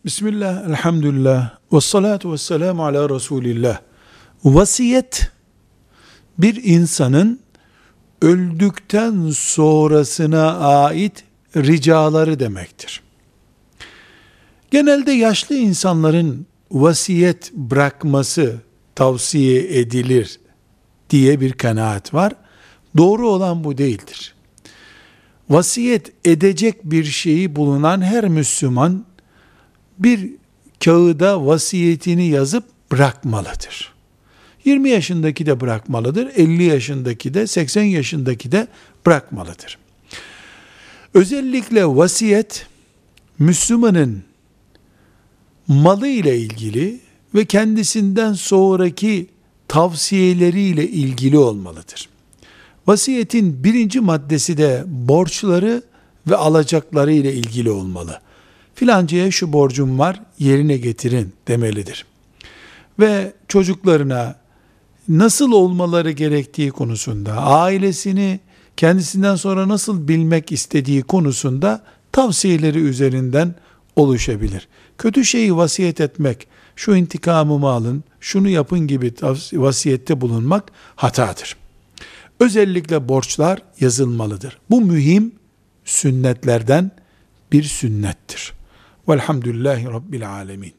Bismillah, elhamdülillah, ve salatu ve selamu ala Resulillah. Vasiyet, bir insanın öldükten sonrasına ait ricaları demektir. Genelde yaşlı insanların vasiyet bırakması tavsiye edilir diye bir kanaat var. Doğru olan bu değildir. Vasiyet edecek bir şeyi bulunan her Müslüman bir kağıda vasiyetini yazıp bırakmalıdır. 20 yaşındaki de bırakmalıdır, 50 yaşındaki de, 80 yaşındaki de bırakmalıdır. Özellikle vasiyet, Müslümanın malı ile ilgili ve kendisinden sonraki tavsiyeleriyle ilgili olmalıdır. Vasiyetin birinci maddesi de borçları ve alacakları ile ilgili olmalı. Filancaya şu borcum var, yerine getirin demelidir. Ve çocuklarına nasıl olmaları gerektiği konusunda, ailesini kendisinden sonra nasıl bilmek istediği konusunda tavsiyeleri üzerinden oluşabilir. Kötü şeyi vasiyet etmek, şu intikamımı alın, şunu yapın gibi vasiyette bulunmak hatadır. Özellikle borçlar yazılmalıdır. Bu mühim sünnetlerden bir sünnettir. Velhamdülillahi Rabbil alemin.